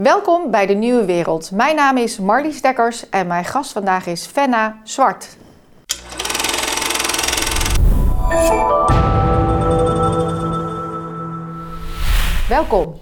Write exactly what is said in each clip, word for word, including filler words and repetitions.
Welkom bij de Nieuwe Wereld. Mijn naam is Marlies Dekkers en mijn gast vandaag is Fenna Zwart. Welkom.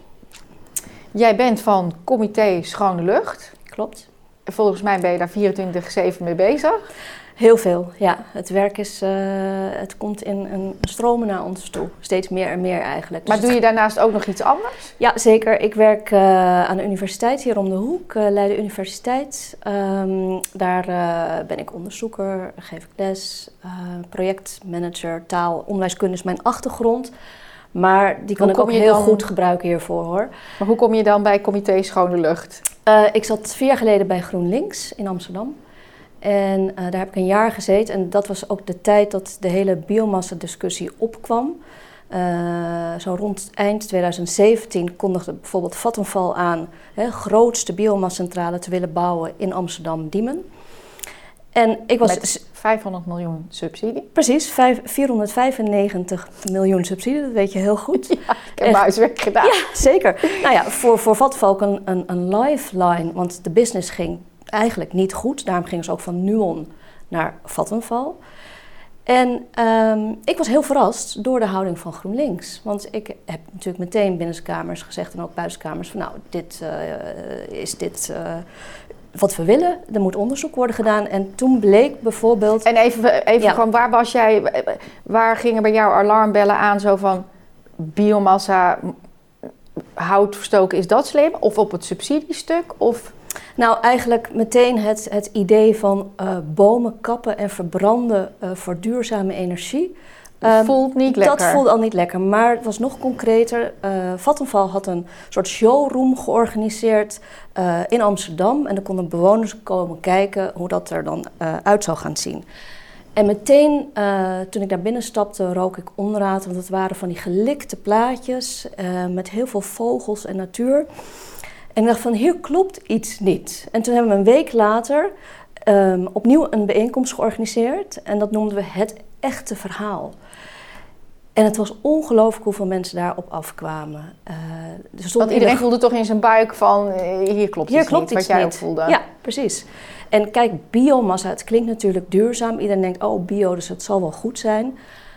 Jij bent van Comité Schone Lucht. Klopt. Volgens mij ben je daar vierentwintig zeven mee bezig. Heel veel, ja. Het werk is, uh, het komt in een stromen naar ons toe. Steeds meer en meer eigenlijk. Maar dus doe je daarnaast ook nog iets anders? Ja, zeker. Ik werk uh, aan de universiteit hier om de hoek, uh, Leiden Universiteit. Um, daar uh, ben ik onderzoeker, geef ik les, uh, projectmanager, taal, onderwijskunde is mijn achtergrond. Maar die kan ik ook heel dan... goed gebruiken hiervoor, hoor. Maar hoe kom je dan bij Comité Schone Lucht? Uh, ik zat vier jaar geleden bij GroenLinks in Amsterdam. En uh, daar heb ik een jaar gezeten. En dat was ook de tijd dat de hele biomassa-discussie opkwam. Uh, zo rond eind twintig zeventien kondigde bijvoorbeeld Vattenfall aan... de grootste biomassacentrale te willen bouwen in Amsterdam-Diemen. En ik was... Met vijfhonderd miljoen subsidie? Precies, vierhonderdvijfennegentig miljoen subsidie, dat weet je heel goed. Ja, ik heb mijn huiswerk gedaan. Ja, zeker. Nou ja, voor, voor Vattenfall ook een, een, een lifeline, want de business ging eigenlijk niet goed. Daarom gingen ze ook van Nuon naar Vattenfall. En um, ik was heel verrast door de houding van GroenLinks. Want ik heb natuurlijk meteen binnenskamers gezegd en ook buitenskamers van nou, dit uh, is dit... Uh, wat we willen, er moet onderzoek worden gedaan. En toen bleek bijvoorbeeld... En even, even ja. gewoon, waar was jij... Waar gingen bij jou alarmbellen aan zo van... biomassa, hout verstoken, is dat slim? Of op het subsidiestuk? Of... Nou, eigenlijk meteen het, het idee van uh, bomen kappen en verbranden uh, voor duurzame energie. Um, voelt niet lekker. Dat voelde al niet lekker, maar het was nog concreter. Uh, Vattenfall had een soort showroom georganiseerd uh, in Amsterdam. En er konden bewoners komen kijken hoe dat er dan uh, uit zou gaan zien. En meteen, uh, toen ik daar binnen stapte, rook ik onraad. Want het waren van die gelikte plaatjes uh, met heel veel vogels en natuur. En ik dacht van, hier klopt iets niet. En toen hebben we een week later um, opnieuw een bijeenkomst georganiseerd. En dat noemden we het echte verhaal. En het was ongelooflijk hoeveel mensen daarop afkwamen. Uh, dus Want iedereen de... voelde toch in zijn buik van, uh, hier klopt hier iets klopt niet, iets wat jij niet. ook voelde. Ja, precies. En kijk, biomassa, het klinkt natuurlijk duurzaam. Iedereen denkt, oh, bio, dus het zal wel goed zijn.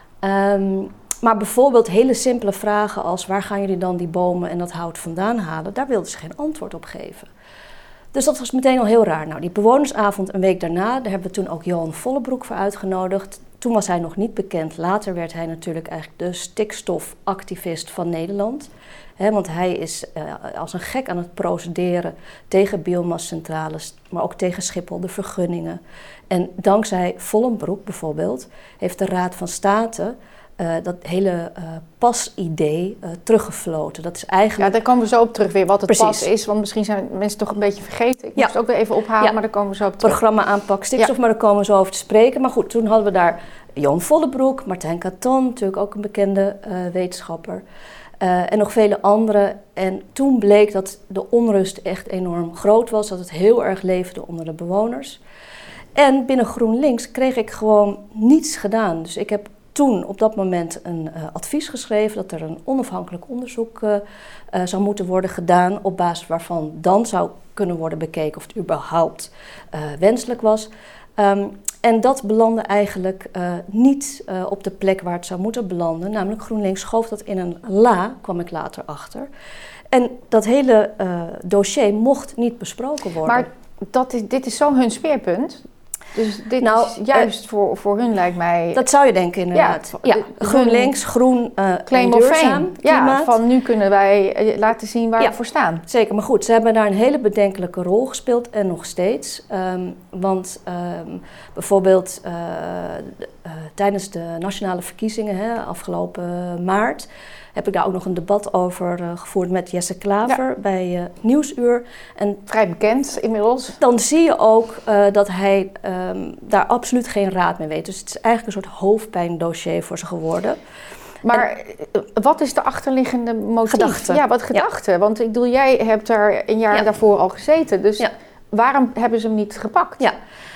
Um, maar bijvoorbeeld hele simpele vragen als, waar gaan jullie dan die bomen en dat hout vandaan halen? Daar wilden ze geen antwoord op geven. Dus dat was meteen al heel raar. Nou, die bewonersavond een week daarna, daar hebben we toen ook Johan Vollebroek voor uitgenodigd. Toen was hij nog niet bekend. Later werd hij natuurlijk eigenlijk de stikstofactivist van Nederland. He, want hij is uh, als een gek aan het procederen tegen biomassacentrales, maar ook tegen Schiphol, de vergunningen. En dankzij Vollebroek bijvoorbeeld heeft de Raad van State uh, dat hele uh, pasidee uh, teruggefloten. Dat is eigenlijk... Ja, daar komen we zo op terug weer, wat het Precies. pas is. Want misschien zijn mensen toch een beetje vergeten. Ik ja. moest het ook weer even ophalen, ja. maar daar komen we zo op terug. Programma aanpak stikstof, ja. Maar daar komen we zo over te spreken. Maar goed, toen hadden we daar Johan Vollebroek, Martijn Katon, natuurlijk ook een bekende uh, wetenschapper. Uh, en nog vele anderen. En toen bleek dat de onrust echt enorm groot was. Dat het heel erg leefde onder de bewoners. En binnen GroenLinks kreeg ik gewoon niets gedaan. Dus ik heb toen op dat moment een uh, advies geschreven dat er een onafhankelijk onderzoek uh, uh, zou moeten worden gedaan, op basis waarvan dan zou kunnen worden bekeken of het überhaupt uh, wenselijk was. Um, en dat belandde eigenlijk uh, niet uh, op de plek waar het zou moeten belanden, namelijk GroenLinks schoof dat in een la, kwam ik later achter. En dat hele uh, dossier mocht niet besproken worden. Maar dat is, dit is zo hun speerpunt. Dus dit nou, is juist uh, voor, voor hun lijkt mij... Dat zou je denken inderdaad. Ja, ja, GroenLinks, groen uh, en duurzaam Ja, van nu kunnen wij uh, laten zien waar ja, we voor staan. Zeker, maar goed, ze hebben daar een hele bedenkelijke rol gespeeld en nog steeds. Um, want um, bijvoorbeeld uh, uh, tijdens de nationale verkiezingen hè, afgelopen maart heb ik daar ook nog een debat over uh, gevoerd met Jesse Klaver ja. bij uh, Nieuwsuur. En vrij bekend inmiddels. Dan zie je ook uh, dat hij um, daar absoluut geen raad mee weet. Dus het is eigenlijk een soort hoofdpijndossier voor ze geworden. Maar en, wat is de achterliggende motief? Gedachte. Ja, wat gedachte? Ja. Want ik bedoel, jij hebt daar een jaar ja. daarvoor al gezeten. Dus ja. waarom hebben ze hem niet gepakt? Ja.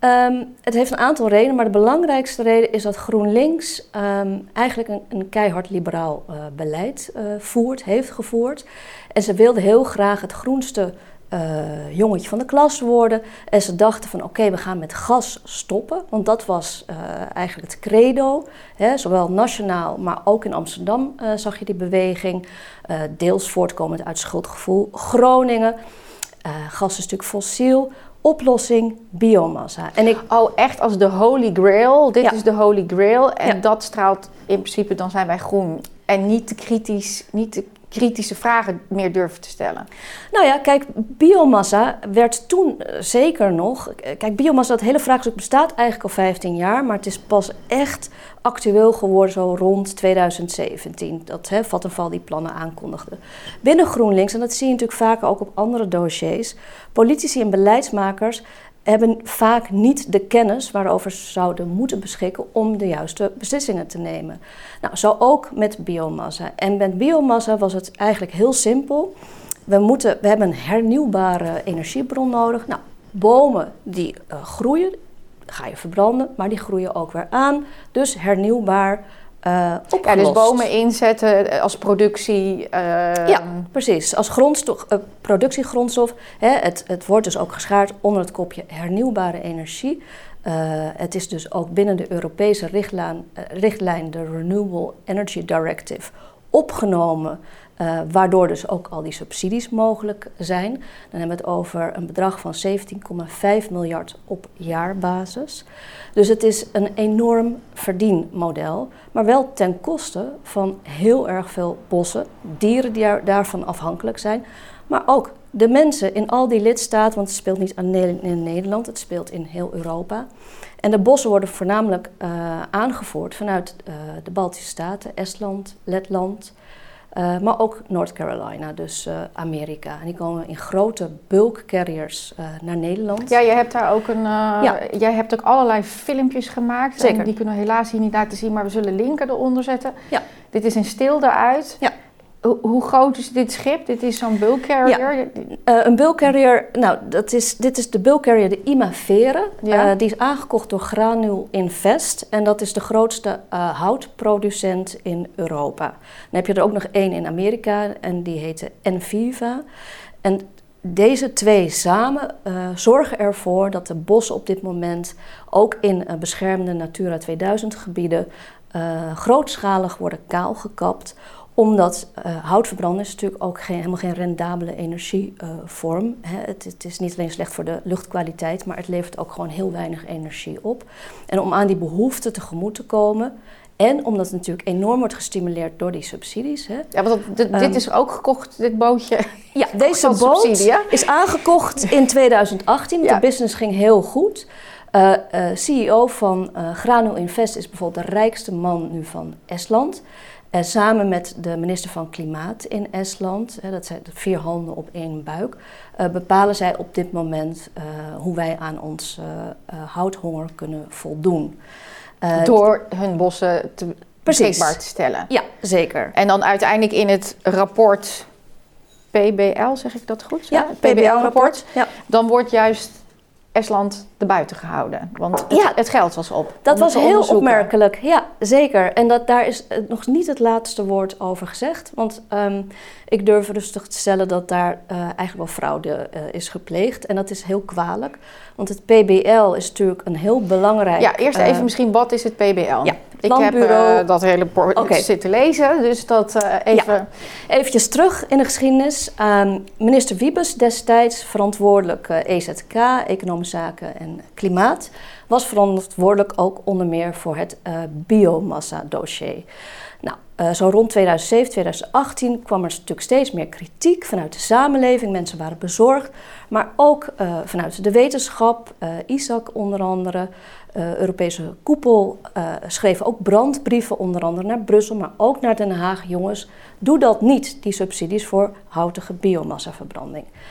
Um, het heeft een aantal redenen, maar de belangrijkste reden is dat GroenLinks um, eigenlijk een, een keihard liberaal uh, beleid uh, voert, heeft gevoerd. En ze wilden heel graag het groenste uh, jongetje van de klas worden. En ze dachten van oké, okay, we gaan met gas stoppen, want dat was uh, eigenlijk het credo. Hè, zowel nationaal, maar ook in Amsterdam uh, zag je die beweging. Uh, deels voortkomend uit schuldgevoel. Groningen, uh, gas is natuurlijk fossiel. Oplossing, biomassa. En ik, oh, echt als de holy grail. Dit ja. is de holy grail. En ja. dat straalt in principe, dan zijn wij groen. En niet te kritisch, niet te kritische vragen meer durven te stellen. Nou ja, kijk, biomassa werd toen uh, zeker nog... Kijk, biomassa, dat hele vraagstuk bestaat eigenlijk al vijftien jaar... maar het is pas echt actueel geworden zo rond tweeduizend zeventien... dat hè, Vattenfall die plannen aankondigde. Binnen GroenLinks, en dat zie je natuurlijk vaker ook op andere dossiers... politici en beleidsmakers hebben vaak niet de kennis waarover ze zouden moeten beschikken om de juiste beslissingen te nemen. Nou, zo ook met biomassa. En met biomassa was het eigenlijk heel simpel. We, moeten, we hebben een hernieuwbare energiebron nodig. Nou, bomen die uh, groeien, ga je verbranden, maar die groeien ook weer aan. Dus hernieuwbaar. Uh, ja, dus bomen inzetten als productie. Uh... Ja, precies. Als grondstof, uh, productiegrondstof. Hè, het, het wordt dus ook geschaard onder het kopje hernieuwbare energie. Uh, het is dus ook binnen de Europese richtlijn, uh, richtlijn de Renewable Energy Directive, opgenomen. Uh, waardoor dus ook al die subsidies mogelijk zijn. Dan hebben we het over een bedrag van zeventien komma vijf miljard op jaarbasis. Dus het is een enorm verdienmodel, maar wel ten koste van heel erg veel bossen, dieren die daar, daarvan afhankelijk zijn, maar ook de mensen in al die lidstaten, want het speelt niet alleen in Nederland, het speelt in heel Europa. En de bossen worden voornamelijk uh, aangevoerd vanuit uh, de Baltische Staten, Estland, Letland, Uh, maar ook North Carolina, dus uh, Amerika. En die komen in grote bulk carriers uh, naar Nederland. Ja, je hebt daar ook een. Uh, ja. Jij hebt ook allerlei filmpjes gemaakt. Zeker. En die kunnen we helaas hier niet laten zien, maar we zullen linken eronder zetten. Ja. Dit is in Stilde uit. Ja. Hoe, hoe groot is dit schip? Dit is zo'n bulk carrier. Ja. Uh, een bulk carrier, nou, dat is, dit is de bulk carrier, de Imavere. Ja. Uh, die is aangekocht door Granul Invest. En dat is de grootste uh, houtproducent in Europa. Dan heb je er ook nog één in Amerika en die heet Enviva. En deze twee samen uh, zorgen ervoor dat de bossen op dit moment ook in uh, beschermde Natura tweeduizend gebieden uh, grootschalig worden kaalgekapt. Omdat uh, houtverbranden is natuurlijk ook geen, helemaal geen rendabele energievorm. Uh, het, het is niet alleen slecht voor de luchtkwaliteit, maar het levert ook gewoon heel weinig energie op. En om aan die behoeften tegemoet te komen, en omdat het natuurlijk enorm wordt gestimuleerd door die subsidies. Hè. Ja, want dit, um, dit is ook gekocht, dit bootje. Ja, deze boot subsidie, ja? is aangekocht in tweeduizend achttien. Ja. De business ging heel goed. Uh, uh, C E O van uh, Granul Invest is bijvoorbeeld de rijkste man nu van Estland. Uh, samen met de minister van Klimaat in Estland, hè, dat zijn vier handen op één buik, uh, bepalen zij op dit moment uh, hoe wij aan ons uh, uh, houthonger kunnen voldoen. Uh, Door hun bossen te, beschikbaar te stellen. Ja, zeker. En dan uiteindelijk in het rapport P B L, zeg ik dat goed? Ja, P B L-rapport. Ja. Dan wordt juist Estland erbuiten gehouden, want het, ja, het geld was op. Dat was heel opmerkelijk, ja, zeker. En dat, daar is nog niet het laatste woord over gezegd. Want um, ik durf rustig te stellen dat daar uh, eigenlijk wel fraude uh, is gepleegd. En dat is heel kwalijk, want het P B L is natuurlijk een heel belangrijk... Ja, eerst even uh, misschien, wat is het P B L? Ja. Ik heb uh, dat hele rapport okay. zitten lezen, dus dat uh, even... Ja. Eventjes terug in de geschiedenis. Um, minister Wiebes, destijds verantwoordelijk uh, E Z K, Economische Zaken en Klimaat, was verantwoordelijk ook onder meer voor het uh, biomassa-dossier. Nou, uh, zo rond tweeduizend zeven, tweeduizend achttien kwam er natuurlijk steeds meer kritiek vanuit de samenleving. Mensen waren bezorgd, maar ook uh, vanuit de wetenschap, uh, Isaac onder andere, uh, Europese koepel, uh, schreven ook brandbrieven onder andere naar Brussel, maar ook naar Den Haag. Jongens, doe dat niet, die subsidies voor houtige biomassa-verbranding.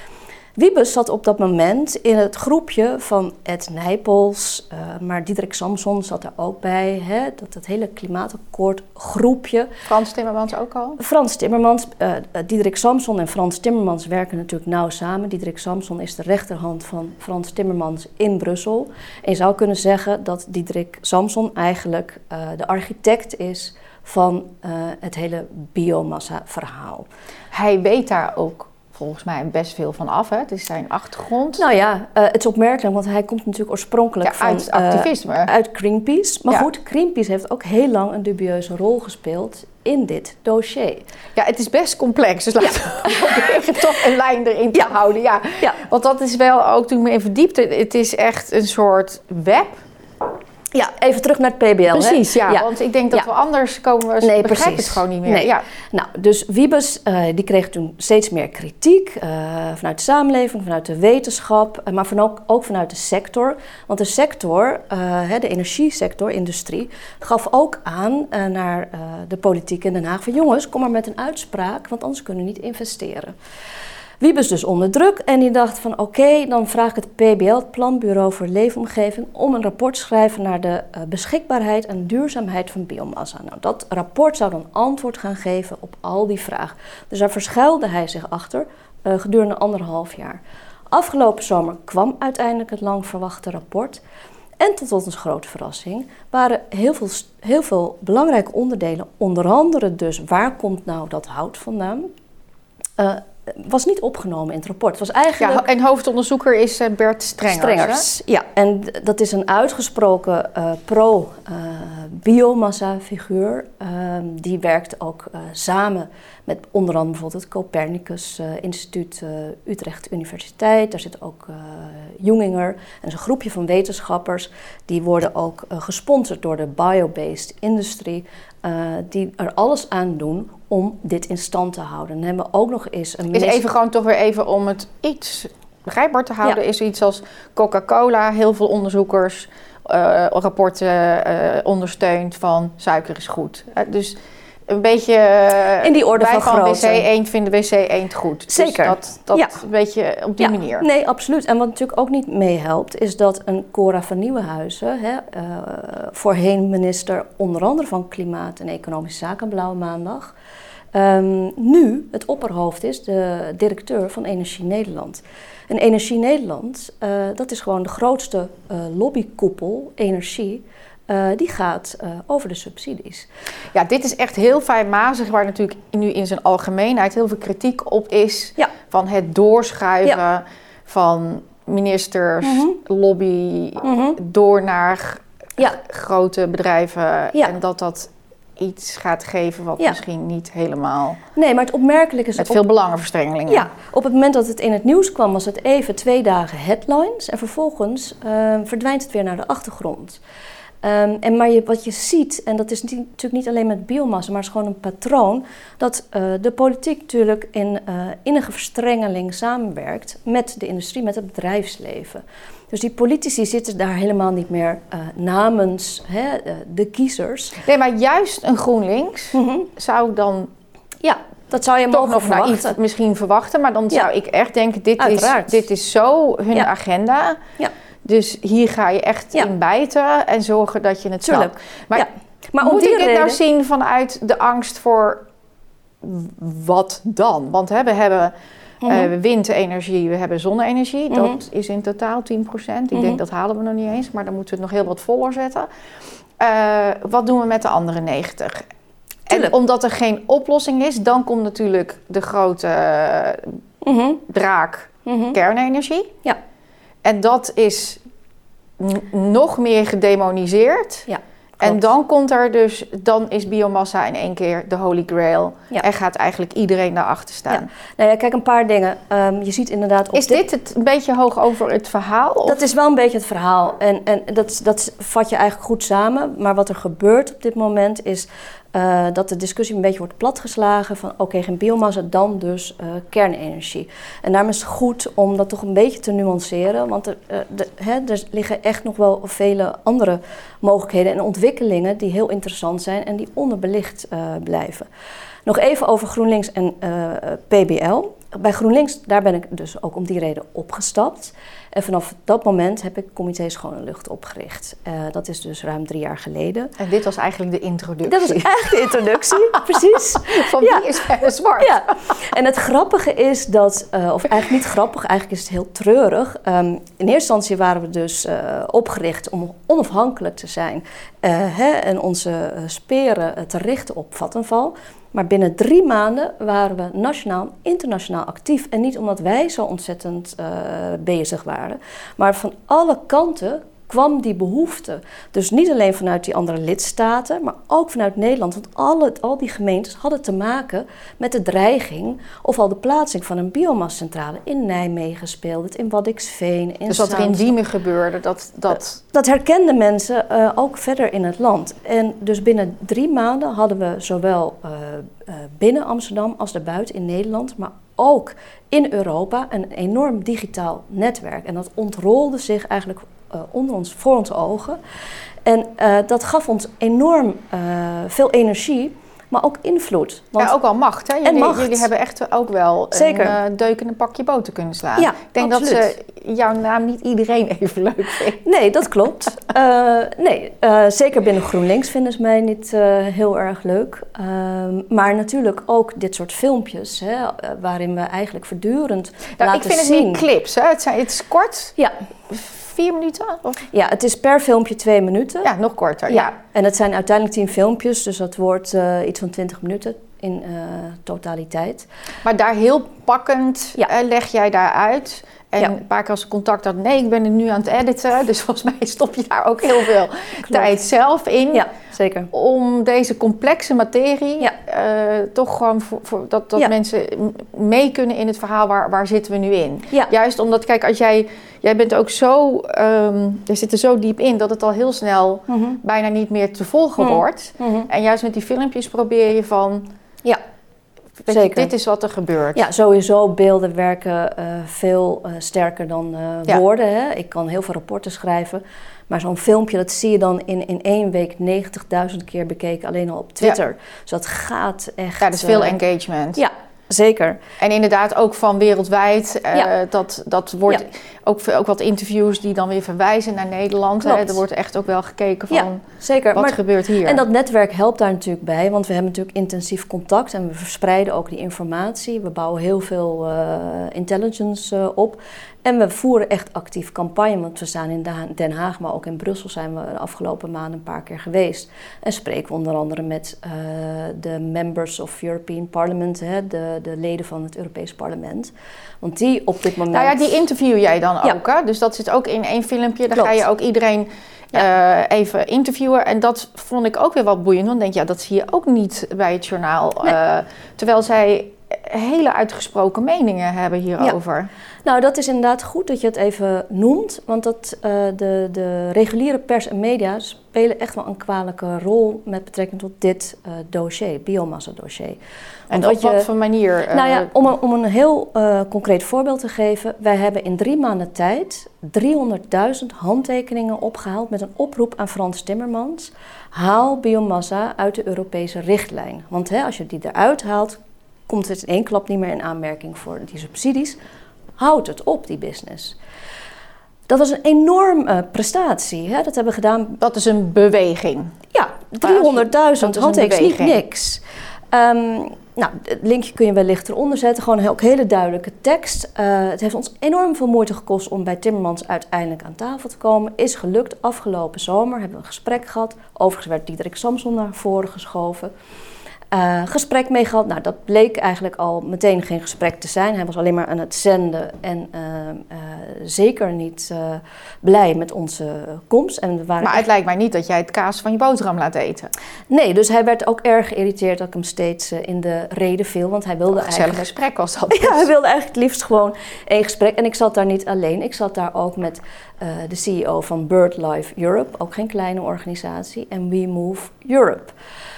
Wiebes zat op dat moment in het groepje van Ed Nijpels, uh, maar Diederik Samson zat er ook bij. Hè? Dat, dat hele klimaatakkoord groepje. Frans Timmermans ook al? Frans Timmermans, uh, Diederik Samson en Frans Timmermans werken natuurlijk nauw samen. Diederik Samson is de rechterhand van Frans Timmermans in Brussel. En je zou kunnen zeggen dat Diederik Samson eigenlijk uh, de architect is van uh, het hele biomassa-verhaal. Hij weet daar ook volgens mij best veel van af, hè? Het is zijn achtergrond. Nou ja, uh, het is opmerkelijk, want hij komt natuurlijk oorspronkelijk ja, van, uit activisme. Uh, uit Greenpeace. Maar ja. goed, Greenpeace heeft ook heel lang een dubieuze rol gespeeld in dit dossier. Ja, het is best complex, dus laten ja. we proberen toch een lijn erin te ja. houden. Ja. Ja. Want dat is wel ook, toen ik me in verdiepte, het is echt een soort web. Ja, even terug naar het P B L. Precies, hè? Ja, ja, want ik denk dat ja. we anders komen, we nee, begrijpen het gewoon niet meer. Nee. Ja. Nou, dus Wiebes uh, die kreeg toen steeds meer kritiek uh, vanuit de samenleving, vanuit de wetenschap, uh, maar van ook, ook vanuit de sector. Want de sector, uh, de energiesector, industrie, gaf ook aan uh, naar uh, de politiek in Den Haag van jongens, kom maar met een uitspraak, want anders kunnen we niet investeren. Wiebes dus onder druk en die dacht van oké, okay, dan vraag ik het P B L, het Planbureau voor Leefomgeving, om een rapport te schrijven naar de uh, beschikbaarheid en duurzaamheid van biomassa. Nou, dat rapport zou dan antwoord gaan geven op al die vragen. Dus daar verschuilde hij zich achter uh, gedurende anderhalf jaar. Afgelopen zomer kwam uiteindelijk het lang verwachte rapport. En tot onze grote verrassing waren heel veel, heel veel belangrijke onderdelen, onder andere dus waar komt nou dat hout vandaan, uh, was niet opgenomen in het rapport. Het was eigenlijk... Ja, en hoofdonderzoeker is uh, Bert Strengers. Strengers, ja. En dat is een uitgesproken uh, pro-biomassa-figuur. Uh, uh, die werkt ook uh, samen met onder andere bijvoorbeeld het Copernicus uh, Instituut uh, Utrecht Universiteit. Daar zit ook uh, Junginger. En dat is een groepje van wetenschappers. Die worden ook uh, gesponsord door de biobased industrie. Uh, die er alles aan doen om dit in stand te houden. Dan hebben we ook nog eens een... Is even gewoon toch weer even om het iets begrijpbaar te houden... Ja. Is iets als Coca-Cola, heel veel onderzoekers, uh, rapporten uh, ondersteunt van suiker is goed. Uh, dus een beetje... Uh, in die orde van grootte. Wij van W C eend vinden W C eend goed. Zeker. Dus dat, dat ja. een beetje op die ja. manier. Nee, absoluut. En wat natuurlijk ook niet meehelpt... is dat een Cora van Nieuwenhuizen... Hè, uh, voorheen minister onder andere van Klimaat en Economische Zaken... Blauwe Maandag... Um, nu het opperhoofd is de directeur van Energie Nederland. En Energie Nederland, uh, dat is gewoon de grootste uh, lobbykoepel, energie... Uh, die gaat uh, over de subsidies. Ja, dit is echt heel fijnmazig, waar natuurlijk nu in zijn algemeenheid heel veel kritiek op is. Ja. Van het doorschuiven ja. van ministers, mm-hmm. lobby, mm-hmm. door naar ja. grote bedrijven. Ja. En dat dat iets gaat geven wat ja. misschien niet helemaal... Nee, maar het opmerkelijke is... Met veel op... belangenverstrengelingen. Ja, op het moment dat het in het nieuws kwam, was het even twee dagen headlines. En vervolgens uh, verdwijnt het weer naar de achtergrond. Um, en maar je, wat je ziet, en dat is niet, natuurlijk niet alleen met biomassa, maar het is gewoon een patroon, dat uh, de politiek natuurlijk in uh, innige verstrengeling samenwerkt met de industrie, met het bedrijfsleven. Dus die politici zitten daar helemaal niet meer uh, namens hè, uh, de kiezers. Nee, maar juist een GroenLinks mm-hmm. zou dan... Ja, dat zou je toch mogen nog verwachten. naïef misschien verwachten, maar dan ja. zou ik echt denken, dit is, dit is zo hun ja. agenda. Ja. Dus hier ga je echt ja. in bijten en zorgen dat je het Tuurlijk. snapt. Maar, ja. maar moet ik dit reden... nou zien vanuit de angst voor wat dan? Want hè, we hebben mm-hmm. uh, windenergie, we hebben zonne-energie. Mm-hmm. Dat is in totaal tien procent. Ik mm-hmm. denk dat halen we nog niet eens, maar dan moeten we het nog heel wat voller zetten. Uh, wat doen we met de andere negentig? En omdat er geen oplossing is, dan komt natuurlijk de grote uh, mm-hmm. draak mm-hmm. kernenergie. Ja. En dat is n- nog meer gedemoniseerd. Ja, en dan komt er dus, dan is biomassa in één keer de holy grail. Ja. En gaat eigenlijk iedereen daarachter staan. Ja. Nou ja, kijk, een paar dingen. Um, je ziet inderdaad... Op is dit, dit het een beetje hoog over het verhaal? Of? Dat is wel een beetje het verhaal. En, en dat, dat vat je eigenlijk goed samen. Maar wat er gebeurt op dit moment is... Uh, dat de discussie een beetje wordt platgeslagen van oké, okay, geen biomassa, dan dus uh, kernenergie. En daarom is het goed om dat toch een beetje te nuanceren, want er, uh, de, hè, er liggen echt nog wel vele andere mogelijkheden en ontwikkelingen die heel interessant zijn en die onderbelicht uh, blijven. Nog even over GroenLinks en uh, P B L. bij GroenLinks, daar ben ik dus ook om die reden opgestapt. En vanaf dat moment heb ik Comité Schone Lucht opgericht. Uh, dat is dus ruim drie jaar geleden. En dit was eigenlijk de introductie. Dat was eigenlijk de introductie, precies. Van wie ja. is verder zwart? Ja. En het grappige is dat, uh, of eigenlijk niet grappig, eigenlijk is het heel treurig. Um, in eerste instantie waren we dus uh, opgericht om onafhankelijk te zijn. Uh, hè, en onze uh, speren uh, te richten op Vattenfall. Maar binnen drie maanden waren we nationaal, internationaal actief. En niet omdat wij zo ontzettend uh, bezig waren. Maar van alle kanten kwam die behoefte. Dus niet alleen vanuit die andere lidstaten, maar ook vanuit Nederland. Want alle, al die gemeentes hadden te maken met de dreiging of al de plaatsing van een biomassacentrale. In Nijmegen speelde het, in Waddinxveen, in Dus wat er in Diemen gebeurde, dat... Dat, dat herkenden mensen uh, ook verder in het land. En dus binnen drie maanden hadden we zowel uh, uh, binnen Amsterdam als daarbuiten in Nederland, maar ook in Europa een enorm digitaal netwerk. En dat ontrolde zich eigenlijk Uh, onder ons, voor onze ogen. En uh, dat gaf ons enorm uh, veel energie, maar ook invloed. Want ja, ook wel macht. Hè? Jullie, en macht. Jullie hebben echt ook wel Zeker. een uh, deuk in een pakje boter kunnen slaan. Ja, ik denk absoluut. dat ze jouw naam niet iedereen even leuk vindt. Nee, dat klopt. uh, nee, uh, zeker binnen GroenLinks vinden ze mij niet uh, heel erg leuk. Uh, maar natuurlijk ook dit soort filmpjes, hè, uh, waarin we eigenlijk voortdurend nou, laten zien. Ik vind het niet clips, hè? Het, zijn, het is kort. Ja. Vier minuten? Of? Ja, het is per filmpje twee minuten. Ja, nog korter. Ja. ja. En het zijn uiteindelijk tien filmpjes, dus dat wordt uh, iets van twintig minuten in uh, totaliteit. Maar daar heel pakkend ja. uh, leg jij daar uit. En ja. een paar keer als ik contact had, nee, ik ben er nu aan het editen. Dus volgens mij stop je daar ook heel veel Klopt. tijd zelf in. Ja, zeker. Om deze complexe materie ja. uh, toch gewoon voor, voor dat, dat ja. mensen mee kunnen in het verhaal, waar, waar zitten we nu in. Ja. Juist omdat, kijk, als jij, jij bent ook zo, um, je zit er zo diep in dat het al heel snel mm-hmm. bijna niet meer te volgen mm-hmm. wordt. Mm-hmm. En juist met die filmpjes probeer je van... Ja. Weet je, dit is wat er gebeurt. Ja, sowieso beelden werken uh, veel uh, sterker dan uh, ja. woorden. Hè? Ik kan heel veel rapporten schrijven. Maar zo'n filmpje, dat zie je dan in, in één week negentigduizend keer bekeken. Alleen al op Twitter. Ja. Dus dat gaat echt... Ja, dat is veel uh, engagement. Ja, zeker. En inderdaad ook van wereldwijd. Uh, ja. dat, dat wordt ja. ook, ook wat interviews die dan weer verwijzen naar Nederland. Hè? Er wordt echt ook wel gekeken van... Ja, zeker. Wat maar, gebeurt hier? En dat netwerk helpt daar natuurlijk bij. Want we hebben natuurlijk intensief contact. En we verspreiden ook die informatie. We bouwen heel veel uh, intelligence uh, op. En we voeren echt actief campagne, want we staan in Den Haag, maar ook in Brussel zijn we de afgelopen maanden een paar keer geweest. En spreken we onder andere met uh, de members of European Parliament, hè, de, de leden van het Europees Parlement. Want die op dit moment... Nou ja, die interview jij dan ja. ook, hè? Dus dat zit ook in één filmpje. Daar Klopt. ga je ook iedereen ja. uh, even interviewen. En dat vond ik ook weer wat boeiend, want denk je, ja, dat zie je ook niet bij het journaal. Nee. Uh, terwijl zij hele uitgesproken meningen hebben hierover. Ja. Nou, dat is inderdaad goed dat je het even noemt. Want dat, uh, de, de reguliere pers en media spelen echt wel een kwalijke rol met betrekking tot dit uh, dossier, biomassa-dossier. En op wat voor manier? Uh, nou ja, om een, om een heel uh, concreet voorbeeld te geven. Wij hebben in drie maanden tijd driehonderdduizend handtekeningen opgehaald met een oproep aan Frans Timmermans. Haal biomassa uit de Europese richtlijn. Want hè, als je die eruit haalt, komt het in één klap niet meer in aanmerking voor die subsidies. Houd het op, die business. Dat was een enorme uh, prestatie. Hè? Dat hebben we gedaan. Dat is een beweging. Ja, driehonderdduizend handtekeningen, niet niks. Um, nou, het linkje kun je wellicht eronder zetten. Gewoon ook hele duidelijke tekst. Uh, het heeft ons enorm veel moeite gekost om bij Timmermans uiteindelijk aan tafel te komen. Is gelukt. Afgelopen zomer hebben we een gesprek gehad. Overigens werd Diederik Samson naar voren geschoven. Uh, gesprek mee gehad. Nou, dat bleek eigenlijk al meteen geen gesprek te zijn. Hij was alleen maar aan het zenden en uh, uh, zeker niet uh, blij met onze komst. En we waren maar het echt... lijkt mij niet dat jij het kaas van je boterham laat eten. Nee, dus hij werd ook erg geïrriteerd dat ik hem steeds uh, in de rede viel. Want hij wilde een eigenlijk... gesprek was dat. Ja, hij wilde eigenlijk het liefst gewoon één gesprek. En ik zat daar niet alleen. Ik zat daar ook met uh, de C E O van BirdLife Europe. Ook geen kleine organisatie. En We Move Europe.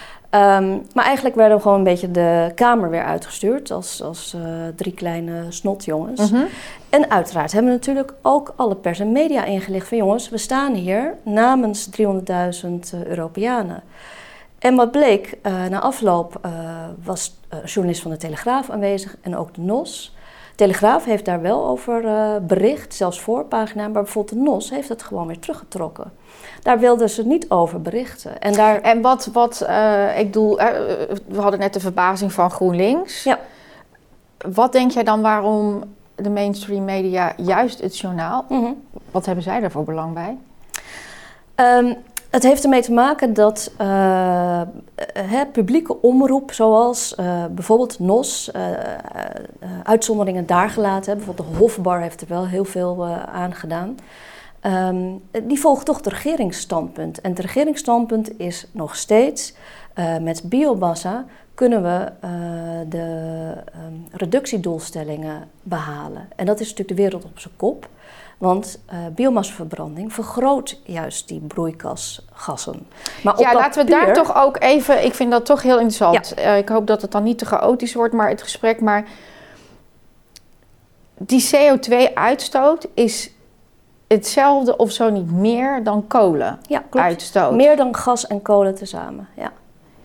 Um, maar eigenlijk werden we gewoon een beetje de kamer weer uitgestuurd als, als uh, drie kleine snotjongens. Mm-hmm. En uiteraard hebben we natuurlijk ook alle pers en media ingelicht van jongens, we staan hier namens driehonderdduizend uh, Europeanen. En wat bleek, uh, na afloop uh, was uh, een journalist van de Telegraaf aanwezig en ook de N O S. Telegraaf heeft daar wel over uh, bericht, zelfs voorpagina, maar bijvoorbeeld de N O S heeft het gewoon weer teruggetrokken. Daar wilden ze niet over berichten. En, daar... en wat, wat uh, ik bedoel, uh, we hadden net de verbazing van GroenLinks. Ja. Wat denk jij dan waarom de mainstream media, juist het journaal, mm-hmm. wat hebben zij daarvoor belang bij? Um, het heeft ermee te maken dat uh, he, publieke omroep, zoals uh, bijvoorbeeld N O S, uh, uh, uitzonderingen daar gelaten hebben. Bijvoorbeeld de Hofbar heeft er wel heel veel uh, aan gedaan. Um, die volgt toch het regeringsstandpunt. En het regeringsstandpunt is nog steeds, uh, met biomassa kunnen we uh, de um, reductiedoelstellingen behalen. En dat is natuurlijk de wereld op zijn kop. Want uh, biomassaverbranding vergroot juist die broeikasgassen. Maar ja, op laten papier... we daar toch ook even... Ik vind dat toch heel interessant. Ja. Uh, ik hoop dat het dan niet te chaotisch wordt, maar het gesprek. Maar die C O twee uitstoot is hetzelfde of zo niet meer dan kolen ja, klopt. uitstoot. Meer dan gas en kolen tezamen, ja.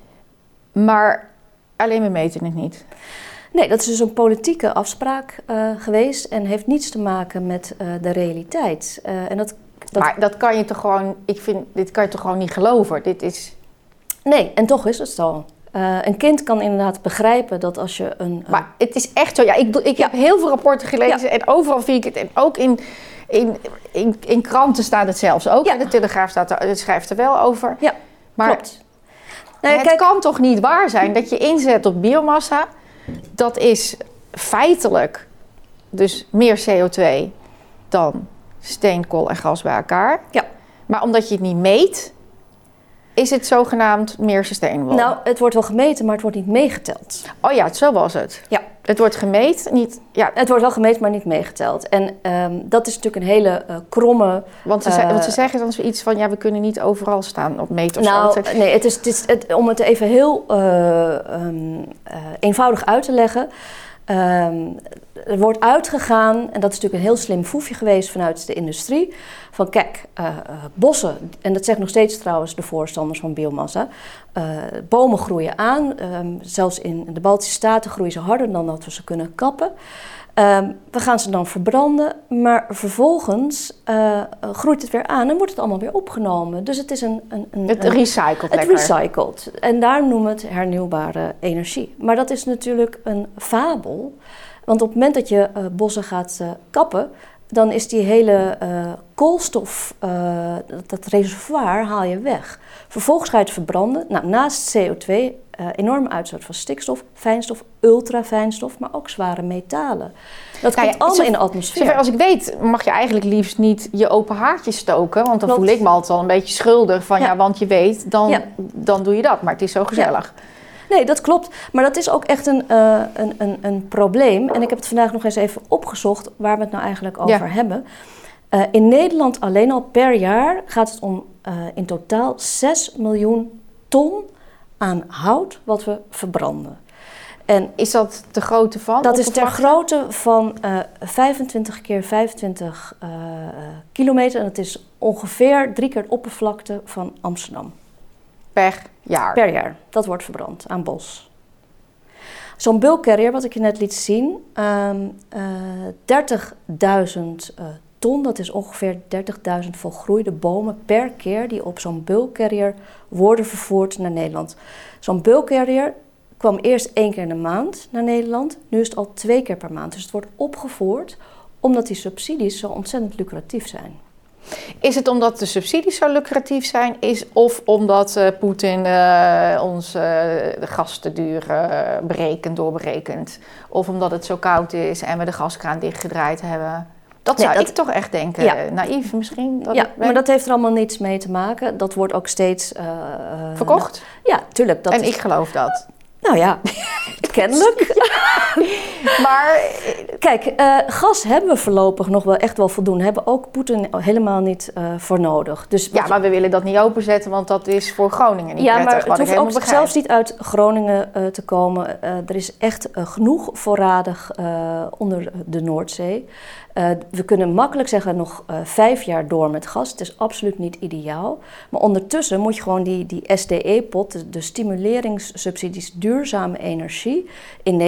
Maar alleen we meten het niet. Nee, dat is dus een politieke afspraak uh, geweest en heeft niets te maken met uh, de realiteit. Uh, en dat, dat... Maar dat kan je toch gewoon, ik vind, dit kan je toch gewoon niet geloven. Dit is... Nee, en toch is het zo. Uh, een kind kan inderdaad begrijpen dat als je een... Uh... Maar het is echt zo. Ja, ik ik ja. heb heel veel rapporten gelezen ja. en overal vind ik het. En ook in, in, in, in kranten staat het zelfs ook. Ja. En de Telegraaf staat er, het schrijft er wel over. Ja, maar klopt. Nee, het kijk... kan toch niet waar zijn dat je inzet op biomassa. Dat is feitelijk dus meer C O twee dan steen, kool en gas bij elkaar. Ja. Maar omdat je het niet meet, is het zogenaamd meer sustainable. Nou, het wordt wel gemeten, maar het wordt niet meegeteld. Oh ja, zo was het. Ja. Het wordt gemeten, niet... Ja. Het wordt wel gemeten, maar niet meegeteld. En um, dat is natuurlijk een hele uh, kromme... Want ze, uh, wat ze zeggen dan zoiets van, ja, we kunnen niet overal staan op meten of nou, zo. Nou, nee, het is, het is het, om het even heel uh, um, uh, eenvoudig uit te leggen. Um, er wordt uitgegaan, en dat is natuurlijk een heel slim foefje geweest vanuit de industrie, van kijk, uh, uh, bossen, en dat zeggen nog steeds trouwens de voorstanders van biomassa, uh, bomen groeien aan, um, zelfs in de Baltische Staten groeien ze harder dan dat we ze kunnen kappen. Um, we gaan ze dan verbranden, maar vervolgens uh, groeit het weer aan en wordt het allemaal weer opgenomen. Dus het is een... een, een het recycelt Het recycelt. En daar noemen we het hernieuwbare energie. Maar dat is natuurlijk een fabel. Want op het moment dat je uh, bossen gaat uh, kappen, dan is die hele uh, koolstof, uh, dat, dat reservoir haal je weg. Vervolgens ga je het verbranden. Nou, naast C O twee, uh, enorme uitstoot van stikstof, fijnstof, ultrafijnstof, maar ook zware metalen. Dat nou komt ja, allemaal in de atmosfeer. Zover als ik weet, mag je eigenlijk liefst niet je open haartje stoken. Want dan Klopt. voel ik me altijd al een beetje schuldig van ja, ja want je weet, dan, ja. dan doe je dat. Maar het is zo gezellig. Ja. Nee, dat klopt. Maar dat is ook echt een, uh, een, een, een probleem. En ik heb het vandaag nog eens even opgezocht waar we het nou eigenlijk over ja. hebben. Uh, in Nederland alleen al per jaar gaat het om uh, in totaal zes miljoen ton aan hout wat we verbranden. En is dat de grootte van? Dat is ter grootte van uh, vijfentwintig keer vijfentwintig uh, kilometer. En dat is ongeveer drie keer de oppervlakte van Amsterdam. Per jaar? Per jaar. Dat wordt verbrand aan bos. Zo'n bulk carrier, wat ik je net liet zien, um, uh, dertigduizend uh, ton, dat is ongeveer dertigduizend volgroeide bomen per keer die op zo'n bulk carrier worden vervoerd naar Nederland. Zo'n bulk carrier kwam eerst één keer in de maand naar Nederland, nu is het al twee keer per maand. Dus het wordt opgevoerd omdat die subsidies zo ontzettend lucratief zijn. Is het omdat de subsidies zo lucratief zijn, is, of omdat uh, Poetin uh, ons uh, de gas te duur uh, berekent, doorberekent? Of omdat het zo koud is en we de gaskraan dichtgedraaid hebben? Dat zou nee, dat, ik toch echt denken. Ja. Naïef misschien. Dat ja, maar dat heeft er allemaal niets mee te maken. Dat wordt ook steeds... Uh, Verkocht? Nou, ja, tuurlijk. Dat en is, ik geloof dat. Nou ja, kennelijk. Ja. Maar kijk, uh, gas hebben we voorlopig nog wel echt wel voldoende. Hebben ook Poetin helemaal niet uh, voor nodig. Dus ja, maar we willen dat niet openzetten, want dat is voor Groningen niet ja, prettig. Ja, maar het hoeft ook begrijp. zelfs niet uit Groningen uh, te komen. Uh, er is echt uh, genoeg voorradig uh, onder de Noordzee. Uh, we kunnen makkelijk zeggen nog uh, vijf jaar door met gas. Het is absoluut niet ideaal. Maar ondertussen moet je gewoon die, die S D E-pot, de, de stimuleringssubsidies duurzame energie. In Nederland hebben we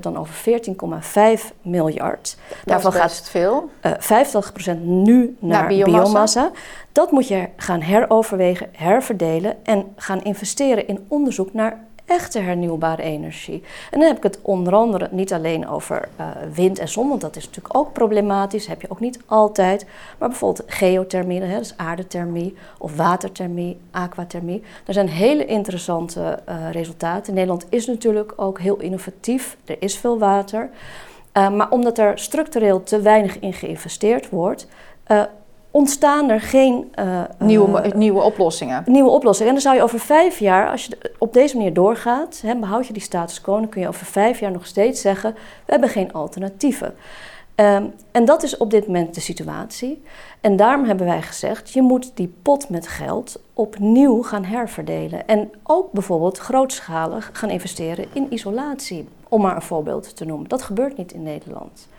dan over veertien komma vijf miljard. Dat Daarvan is best gaat veel. Uh, vijfentachtig procent nu naar, naar biomassa. biomassa. Dat moet je gaan heroverwegen, herverdelen en gaan investeren in onderzoek naar echte hernieuwbare energie. En dan heb ik het onder andere niet alleen over uh, wind en zon, want dat is natuurlijk ook problematisch, heb je ook niet altijd. Maar bijvoorbeeld geothermie, hè, dus aardethermie of waterthermie, aquathermie. Er zijn hele interessante uh, resultaten. Nederland is natuurlijk ook heel innovatief, er is veel water. Uh, maar omdat er structureel te weinig in geïnvesteerd wordt, uh, ontstaan er geen uh, nieuwe, uh, nieuwe oplossingen. Nieuwe oplossingen. En dan zou je over vijf jaar, als je op deze manier doorgaat, hè, behoud je die status quo, dan kun je over vijf jaar nog steeds zeggen, we hebben geen alternatieven. Um, en dat is op dit moment de situatie. En daarom hebben wij gezegd, je moet die pot met geld opnieuw gaan herverdelen. En ook bijvoorbeeld grootschalig gaan investeren in isolatie, om maar een voorbeeld te noemen. Dat gebeurt niet in Nederland.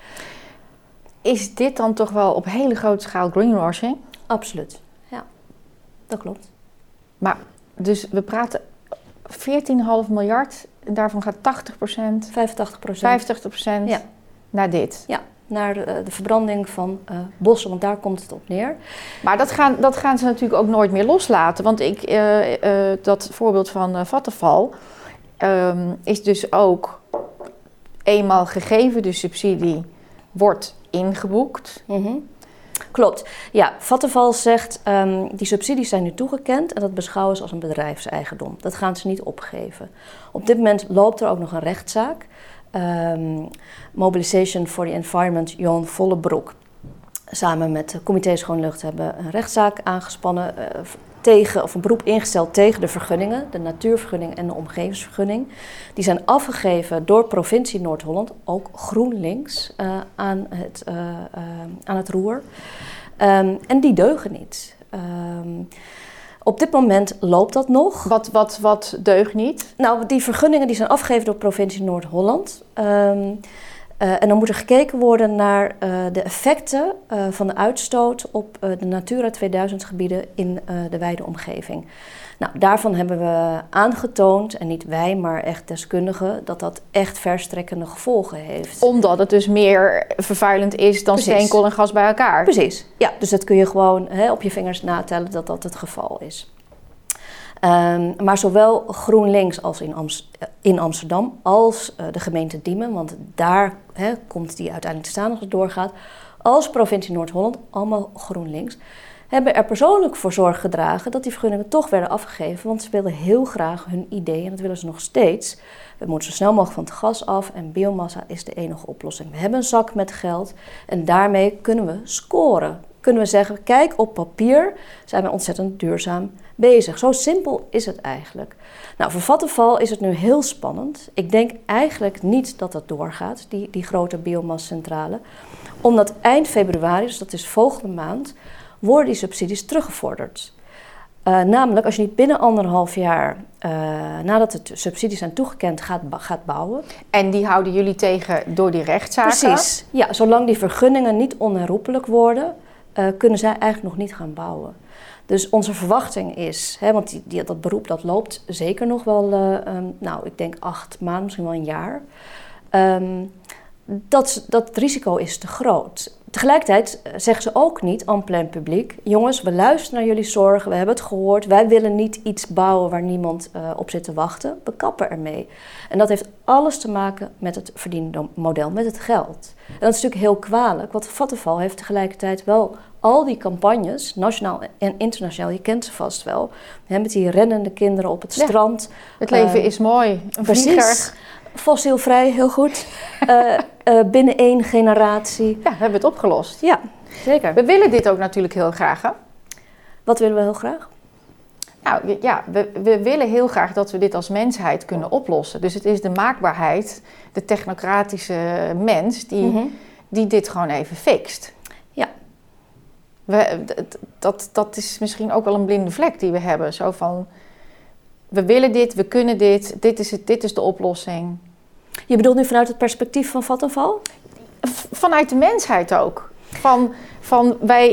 Is dit dan toch wel op hele grote schaal greenwashing? Absoluut, ja. Dat klopt. Maar, dus we praten veertien komma vijf miljard, en daarvan gaat tachtig procent, vijfentachtig procent, vijfentachtig procent ja. naar dit. Ja, naar de, de verbranding van uh, bossen, want daar komt het op neer. Maar dat gaan, dat gaan ze natuurlijk ook nooit meer loslaten. Want ik, uh, uh, dat voorbeeld van uh, Vattenfall um, is dus ook eenmaal gegeven, de subsidie wordt ingeboekt. Mm-hmm. Klopt. Ja, Vattenfall zegt, um, die subsidies zijn nu toegekend en dat beschouwen ze als een bedrijfseigendom. Dat gaan ze niet opgeven. Op dit moment loopt er ook nog een rechtszaak. Um, Mobilization for the Environment, Johan Vollebroek, samen met het Comité Schoon Lucht hebben een rechtszaak aangespannen uh, tegen, of een beroep ingesteld tegen de vergunningen, de natuurvergunning en de omgevingsvergunning. Die zijn afgegeven door provincie Noord-Holland, ook GroenLinks, uh, aan, het, uh, uh, aan het roer. Um, en die deugen niet. Um, Op dit moment loopt dat nog. Wat, wat, wat deugt niet? Nou, die vergunningen die zijn afgegeven door provincie Noord-Holland. Um, uh, en dan moet er gekeken worden naar uh, de effecten uh, van de uitstoot op uh, de Natura tweeduizend gebieden in uh, de wijde omgeving. Nou, daarvan hebben we aangetoond, en niet wij, maar echt deskundigen, dat dat echt verstrekkende gevolgen heeft. Omdat het dus meer vervuilend is dan Precies. steenkool en gas bij elkaar. Precies, ja. Dus dat kun je gewoon hè, op je vingers natellen dat dat het geval is. Um, maar zowel GroenLinks als in, Amst- in Amsterdam als uh, de gemeente Diemen, want daar hè, komt die uiteindelijk te staan als het doorgaat, als provincie Noord-Holland, allemaal GroenLinks, hebben er persoonlijk voor zorg gedragen dat die vergunningen toch werden afgegeven, want ze wilden heel graag hun idee, en dat willen ze nog steeds. We moeten zo snel mogelijk van het gas af en biomassa is de enige oplossing. We hebben een zak met geld en daarmee kunnen we scoren. Kunnen we zeggen, kijk, op papier zijn we ontzettend duurzaam bezig. Zo simpel is het eigenlijk. Nou, voor Vattenfall is het nu heel spannend. Ik denk eigenlijk niet dat dat doorgaat, die, die grote biomassacentrale. Omdat eind februari, dus dat is volgende maand, worden die subsidies teruggevorderd. Uh, namelijk, als je niet binnen anderhalf jaar, uh, nadat de subsidies zijn toegekend, gaat, gaat bouwen. En die houden jullie tegen door die rechtszaken? Precies. Ja, zolang die vergunningen niet onherroepelijk worden, uh, kunnen zij eigenlijk nog niet gaan bouwen. Dus onze verwachting is, hè, want die, die, dat beroep dat loopt zeker nog wel, uh, um, nou, ik denk acht maanden, misschien wel een jaar. Um, dat, dat risico is te groot. Tegelijkertijd zeggen ze ook niet en plein publiek, jongens, we luisteren naar jullie zorgen, we hebben het gehoord, wij willen niet iets bouwen waar niemand uh, op zit te wachten, we kappen ermee. En dat heeft alles te maken met het verdienmodel, met het geld. En dat is natuurlijk heel kwalijk, want Vattenfall heeft tegelijkertijd wel al die campagnes, nationaal en internationaal, je kent ze vast wel, hè, met die rennende kinderen op het ja, strand. Het leven uh, is mooi, een precies. vlieger. Fossielvrij, heel goed. Uh, uh, binnen één generatie. Ja, we hebben het opgelost. Ja, zeker. We willen dit ook natuurlijk heel graag, hè? Wat willen we heel graag? Nou ja, we, we willen heel graag dat we dit als mensheid kunnen oplossen. Dus het is de maakbaarheid, de technocratische mens, die, mm-hmm. die dit gewoon even fixt. Ja. We, dat, dat is misschien ook wel een blinde vlek die we hebben. Zo van, we willen dit, we kunnen dit, dit is, het, dit is de oplossing. Je bedoelt nu vanuit het perspectief van Vattenfall? V- vanuit de mensheid ook. Van, van wij,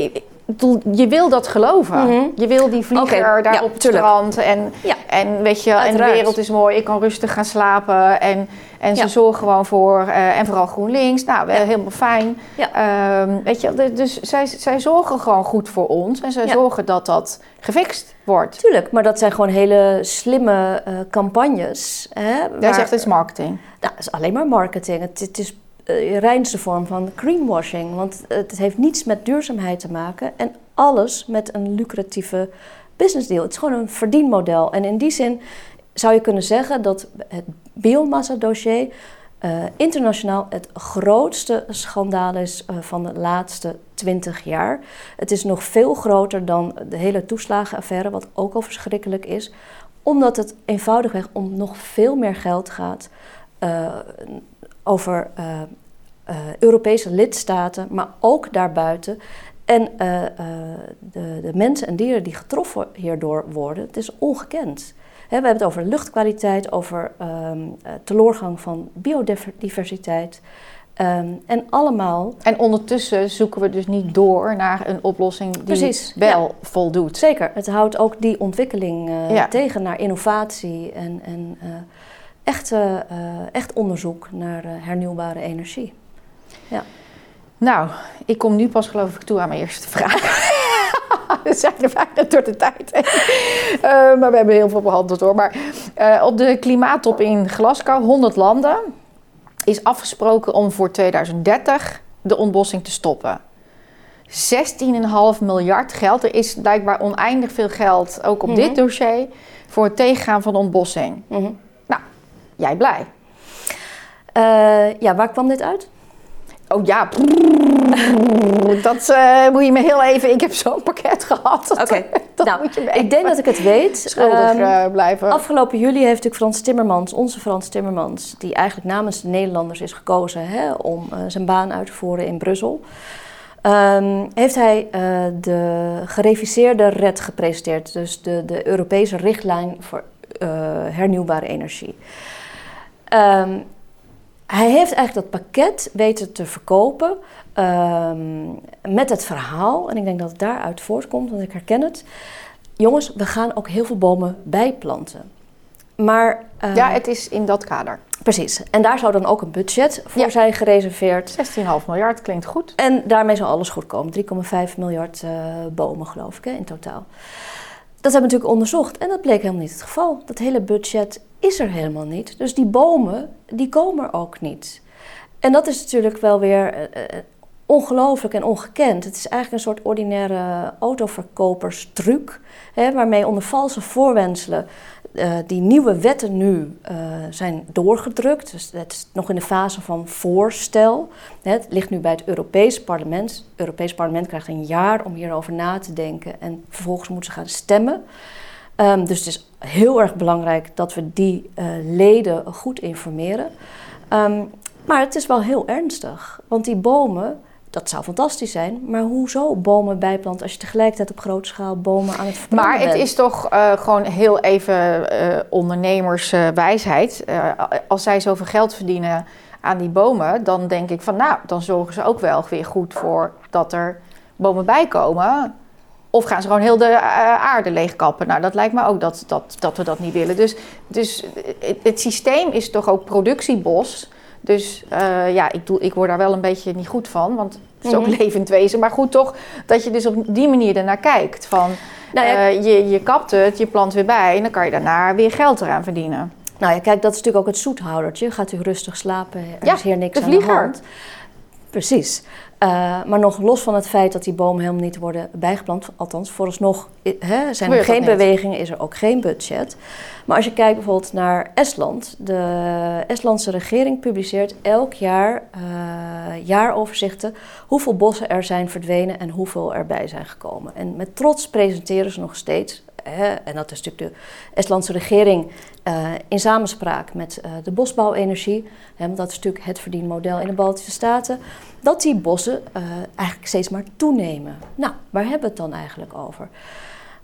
je wil dat geloven. Mm-hmm. Je wil die vlieger okay, daar ja, op het tuurlijk. strand. En, ja. en, weet je, en de wereld is mooi. Ik kan rustig gaan slapen. En, en ze ja. zorgen gewoon voor... Uh, en vooral GroenLinks. Nou, ja. helemaal fijn. Ja. Um, weet je, dus zij, zij zorgen gewoon goed voor ons. En zij ja. zorgen dat dat gefixt wordt. Tuurlijk, maar dat zijn gewoon hele slimme uh, campagnes. Hè, Jij waar, zegt het is marketing. Nou, het is alleen maar marketing. Het, het is de reinste vorm van greenwashing. Want het heeft niets met duurzaamheid te maken. En alles met een lucratieve business deal. Het is gewoon een verdienmodel. En in die zin zou je kunnen zeggen dat het biomassa-dossier uh, internationaal het grootste schandaal is uh, van de laatste twintig jaar. Het is nog veel groter dan de hele toeslagenaffaire, wat ook al verschrikkelijk is. Omdat het eenvoudigweg om nog veel meer geld gaat... Uh, over uh, uh, Europese lidstaten, maar ook daarbuiten. En uh, uh, de, de mensen en dieren die getroffen hierdoor worden, het is ongekend. He, we hebben het over luchtkwaliteit, over um, teloorgang van biodiversiteit. Um, en allemaal... En ondertussen zoeken we dus niet door naar een oplossing die Precies, wel ja. voldoet. Zeker, het houdt ook die ontwikkeling uh, ja. tegen naar innovatie en... en uh, Echt, uh, echt onderzoek naar uh, hernieuwbare energie. Ja. Nou, ik kom nu pas geloof ik toe aan mijn eerste vraag. We zijn er bijna door de tijd. uh, maar we hebben heel veel behandeld hoor. Maar uh, op de klimaattop in Glasgow, honderd landen, is afgesproken om voor tweeduizend dertig de ontbossing te stoppen. zestien komma vijf miljard geld. Er is blijkbaar oneindig veel geld, ook op mm-hmm. dit dossier, voor het tegengaan van de ontbossing. Mm-hmm. Jij blij? Uh, ja, waar kwam dit uit? Oh ja, dat uh, moet je me heel even... Ik heb zo'n pakket gehad. Oké, okay. nou, moet je me ik denk dat ik het weet. Schuldig um, uh, blijven. Afgelopen juli heeft natuurlijk Frans Timmermans, onze Frans Timmermans... die eigenlijk namens de Nederlanders is gekozen hè, om uh, zijn baan uit te voeren in Brussel... Um, heeft hij uh, de gereviseerde R E D gepresenteerd. Dus de, de Europese richtlijn voor uh, hernieuwbare energie. Um, hij heeft eigenlijk dat pakket weten te verkopen um, met het verhaal. En ik denk dat het daaruit voortkomt, want ik herken het. Jongens, we gaan ook heel veel bomen bijplanten. Maar, uh, ja, het is in dat kader. Precies. En daar zou dan ook een budget voor ja. zijn gereserveerd. zestien komma vijf miljard klinkt goed. En daarmee zou alles goed komen. drie komma vijf miljard uh, bomen, geloof ik, hè, in totaal. Dat hebben we natuurlijk onderzocht. En dat bleek helemaal niet het geval. Dat hele budget is er helemaal niet. Dus die bomen, die komen er ook niet. En dat is natuurlijk wel weer uh, ongelooflijk en ongekend. Het is eigenlijk een soort ordinaire autoverkoperstruc. Hè, waarmee onder valse voorwendselen uh, die nieuwe wetten nu uh, zijn doorgedrukt. Dus het is nog in de fase van voorstel. Het ligt nu bij het Europees Parlement. Het Europees Parlement krijgt een jaar om hierover na te denken. En vervolgens moeten ze gaan stemmen. Um, dus het is heel erg belangrijk dat we die uh, leden goed informeren. Um, maar het is wel heel ernstig. Want die bomen, dat zou fantastisch zijn. Maar hoezo bomen bijplanten als je tegelijkertijd op grote schaal bomen aan het verbranden bent? Maar het is toch uh, gewoon heel even uh, ondernemerswijsheid. Uh, als zij zoveel geld verdienen aan die bomen, dan denk ik van nou, dan zorgen ze ook wel weer goed voor dat er bomen bijkomen. Of gaan ze gewoon heel de uh, aarde leegkappen? Nou, dat lijkt me ook dat, dat, dat we dat niet willen. Dus, dus het, het systeem is toch ook productiebos. Dus uh, ja, ik, doe, ik word daar wel een beetje niet goed van. Want het is ook mm-hmm. levend wezen. Maar goed toch dat je dus op die manier ernaar kijkt. Van, nou ja, uh, je, je kapt het, je plant weer bij. En dan kan je daarna weer geld eraan verdienen. Nou ja, kijk, dat is natuurlijk ook het zoethoudertje. Gaat u rustig slapen, er ja, is hier niks de aan de hand. Precies. Uh, maar nog los van het feit dat die bomen helemaal niet worden bijgeplant, althans vooralsnog he, zijn er geen bewegingen, is er ook geen budget. Maar als je kijkt bijvoorbeeld naar Estland, de Estlandse regering publiceert elk jaar uh, jaaroverzichten hoeveel bossen er zijn verdwenen en hoeveel erbij zijn gekomen. En met trots presenteren ze nog steeds, he, en dat is natuurlijk de Estlandse regering uh, in samenspraak met uh, de bosbouwenergie, he, want dat is natuurlijk het verdienmodel in de Baltische Staten, dat die bossen uh, eigenlijk steeds maar toenemen. Nou, waar hebben we het dan eigenlijk over?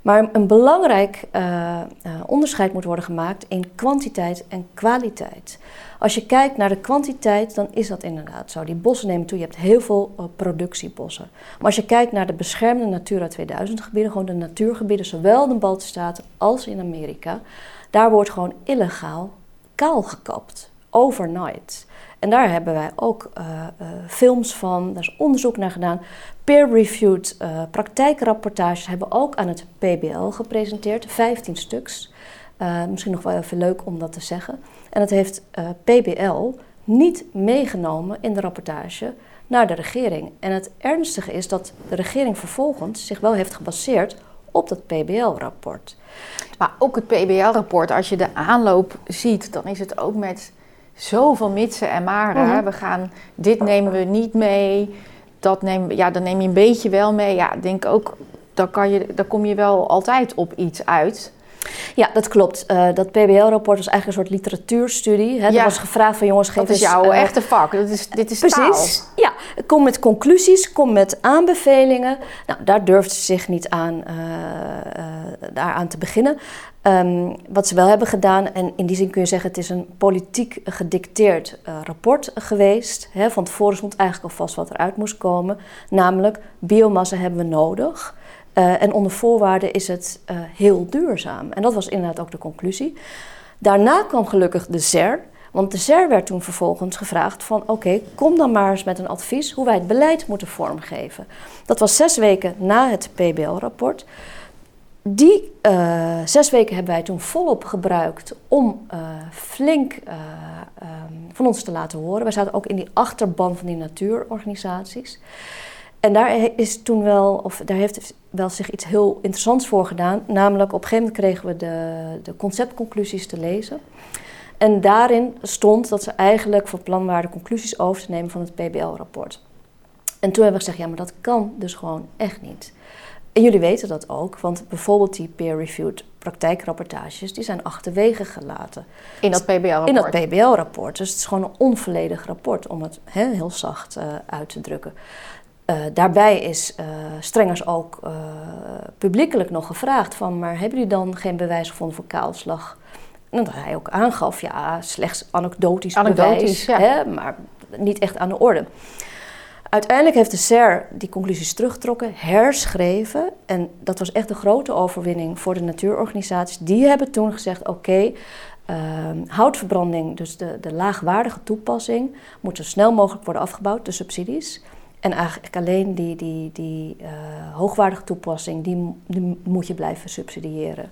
Maar een belangrijk uh, uh, onderscheid moet worden gemaakt in kwantiteit en kwaliteit. Als je kijkt naar de kwantiteit, dan is dat inderdaad zo. Die bossen nemen toe, je hebt heel veel uh, productiebossen. Maar als je kijkt naar de beschermde Natura tweeduizend gebieden, gewoon de natuurgebieden, zowel in de Baltische Staten als in Amerika, daar wordt gewoon illegaal kaal gekapt, overnight. En daar hebben wij ook uh, uh, films van, daar is onderzoek naar gedaan. Peer-reviewed uh, praktijkrapportages hebben ook aan het P B L gepresenteerd, vijftien stuks. Uh, misschien nog wel even leuk om dat te zeggen. En dat heeft uh, P B L niet meegenomen in de rapportage naar de regering. En het ernstige is dat de regering vervolgens zich wel heeft gebaseerd op dat P B L-rapport. Maar ook het P B L-rapport, als je de aanloop ziet, dan is het ook met zoveel mitsen en maren. Mm-hmm. We gaan, dit nemen we niet mee, dat nemen we, ja, dan neem je een beetje wel mee. Ja, ik denk ook, dan, kan je, dan kom je wel altijd op iets uit. Ja, dat klopt. Uh, dat P B L-rapport was eigenlijk een soort literatuurstudie. Hè. Ja. Er was gevraagd van jongens, geef dat is eens, jouw uh, echte vak. Dat is, dit is precies. Taal. Ja, kom met conclusies, kom met aanbevelingen. Nou, daar durfden ze zich niet aan, uh, uh, daaraan te beginnen. Um, wat ze wel hebben gedaan, en in die zin kun je zeggen, het is een politiek gedicteerd uh, rapport geweest. Hè. Van tevoren stond eigenlijk al vast wat eruit moest komen. Namelijk, biomassa hebben we nodig. Uh, en onder voorwaarden is het uh, heel duurzaam. En dat was inderdaad ook de conclusie. Daarna kwam gelukkig de Z E R. Want de Z E R werd toen vervolgens gevraagd van... oké, okay, kom dan maar eens met een advies hoe wij het beleid moeten vormgeven. Dat was zes weken na het P B L-rapport. Die uh, zes weken hebben wij toen volop gebruikt om uh, flink uh, um, van ons te laten horen. Wij zaten ook in die achterban van die natuurorganisaties. En daar is toen wel, of daar heeft wel zich iets heel interessants voor gedaan. Namelijk, op een gegeven moment kregen we de, de conceptconclusies te lezen. En daarin stond dat ze eigenlijk van plan waren de conclusies over te nemen van het P B L-rapport. En toen hebben we gezegd, ja, maar dat kan dus gewoon echt niet. En jullie weten dat ook, want bijvoorbeeld die peer-reviewed praktijkrapportages, die zijn achterwege gelaten. In dat P B L-rapport? In dat P B L-rapport. Dus het is gewoon een onvolledig rapport, om het he, heel zacht uh, uit te drukken. Uh, daarbij is uh, Strengers ook uh, publiekelijk nog gevraagd van, maar hebben jullie dan geen bewijs gevonden voor kaalslag? En dat hij ook aangaf, ja, slechts anekdotisch, anekdotisch bewijs, ja. hè, maar niet echt aan de orde. Uiteindelijk heeft de Z E R die conclusies teruggetrokken, herschreven. En dat was echt een grote overwinning voor de natuurorganisaties. Die hebben toen gezegd, oké, okay, uh, houtverbranding, dus de, de laagwaardige toepassing, moet zo snel mogelijk worden afgebouwd, de subsidies. En eigenlijk alleen die, die, die uh, hoogwaardige toepassing, die, die moet je blijven subsidiëren.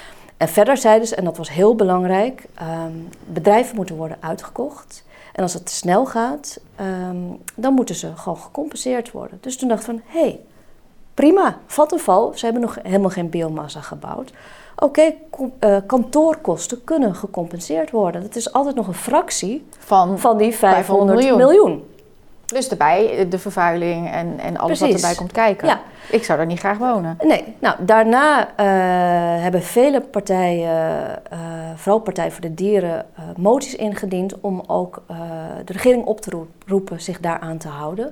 En verder zeiden ze, en dat was heel belangrijk, um, bedrijven moeten worden uitgekocht. En als het te snel gaat, um, dan moeten ze gewoon gecompenseerd worden. Dus toen dachten we van, hé, hey, prima, vat en val. Ze hebben nog helemaal geen biomassa gebouwd. Oké, okay, uh, kantoorkosten kunnen gecompenseerd worden. Dat is altijd nog een fractie van, van die vijfhonderd miljoen. miljoen. Plus erbij de vervuiling en, en alles Precies. wat erbij komt kijken. Ja. Ik zou daar niet graag wonen. Nee, nou daarna uh, hebben vele partijen, uh, vooral Partij voor de Dieren, uh, moties ingediend om ook uh, de regering op te roepen zich daaraan te houden.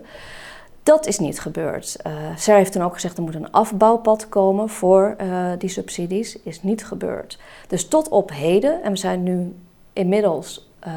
Dat is niet gebeurd. Uh, Z E R heeft toen ook gezegd er moet een afbouwpad komen voor uh, die subsidies. Is niet gebeurd. Dus tot op heden, en we zijn nu inmiddels uh,